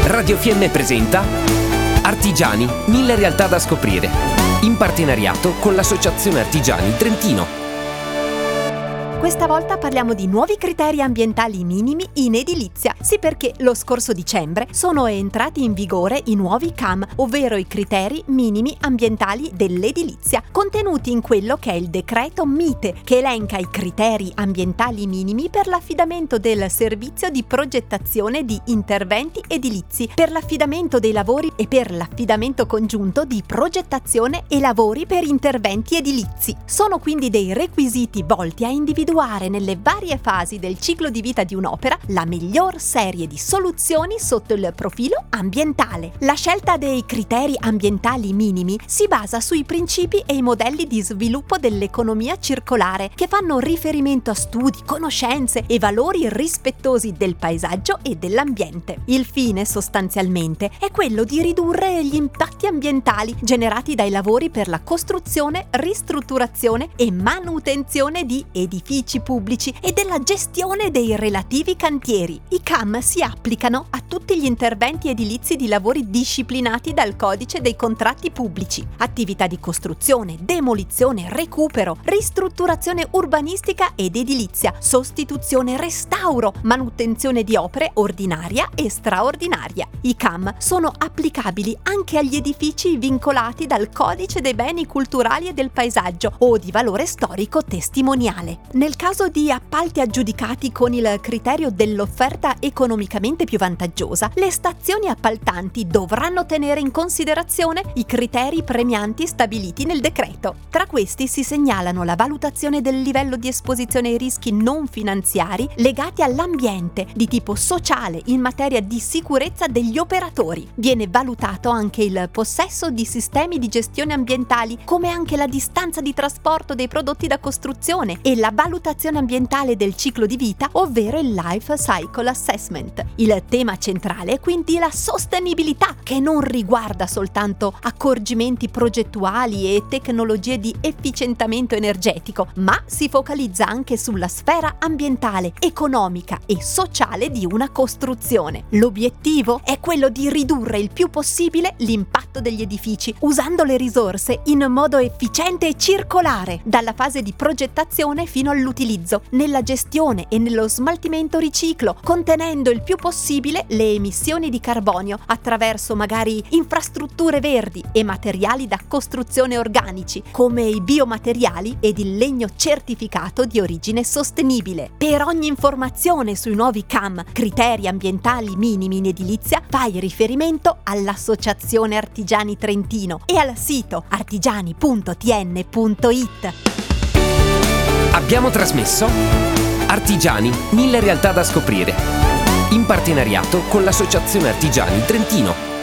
Radio FM presenta Artigiani, 1000 realtà da scoprire, in partenariato con l'Associazione Artigiani Trentino. Questa volta parliamo di nuovi criteri ambientali minimi in edilizia. Sì, perché lo scorso dicembre sono entrati in vigore i nuovi CAM, ovvero i criteri minimi ambientali dell'edilizia, contenuti in quello che è il decreto MITE, che elenca i criteri ambientali minimi per l'affidamento del servizio di progettazione di interventi edilizi, per l'affidamento dei lavori e per l'affidamento congiunto di progettazione e lavori per interventi edilizi. Sono quindi dei requisiti volti a individuare nelle varie fasi del ciclo di vita di un'opera la miglior serie di soluzioni sotto il profilo ambientale. La scelta dei criteri ambientali minimi si basa sui principi e i modelli di sviluppo dell'economia circolare che fanno riferimento a studi, conoscenze e valori rispettosi del paesaggio e dell'ambiente. Il fine, sostanzialmente, è quello di ridurre gli impatti ambientali generati dai lavori per la costruzione, ristrutturazione e manutenzione di edifici pubblici e della gestione dei relativi cantieri. I CAM si applicano a tutti gli interventi edilizi di lavori disciplinati dal Codice dei contratti pubblici: attività di costruzione, demolizione, recupero, ristrutturazione urbanistica ed edilizia, sostituzione, restauro, manutenzione di opere ordinaria e straordinaria. I CAM sono applicabili anche agli edifici vincolati dal Codice dei beni culturali e del paesaggio o di valore storico testimoniale. Nel caso di appalti aggiudicati con il criterio dell'offerta economicamente più vantaggiosa, le stazioni appaltanti dovranno tenere in considerazione i criteri premianti stabiliti nel decreto. Tra questi si segnalano la valutazione del livello di esposizione ai rischi non finanziari legati all'ambiente di tipo sociale in materia di sicurezza degli operatori. Viene valutato anche il possesso di sistemi di gestione ambientali, come anche la distanza di trasporto dei prodotti da costruzione e la valutazione ambientale del ciclo di vita, ovvero il Life Cycle Assessment. Il tema centrale è quindi la sostenibilità, che non riguarda soltanto accorgimenti progettuali e tecnologie di efficientamento energetico, ma si focalizza anche sulla sfera ambientale, economica e sociale di una costruzione. L'obiettivo è quello di ridurre il più possibile l'impatto degli edifici, usando le risorse in modo efficiente e circolare, dalla fase di progettazione fino all'utilizzo, nella gestione e nello smaltimento riciclo, contenendo il più possibile le emissioni di carbonio attraverso magari infrastrutture verdi e materiali da costruzione organici, come i biomateriali ed il legno certificato di origine sostenibile. Per ogni informazione sui nuovi CAM, criteri ambientali minimi in edilizia, fai riferimento all'Associazione Artigiani Trentino e al sito artigiani.tn.it. Abbiamo trasmesso Artigiani, 1000 realtà da scoprire, in partenariato con l'Associazione Artigiani Trentino.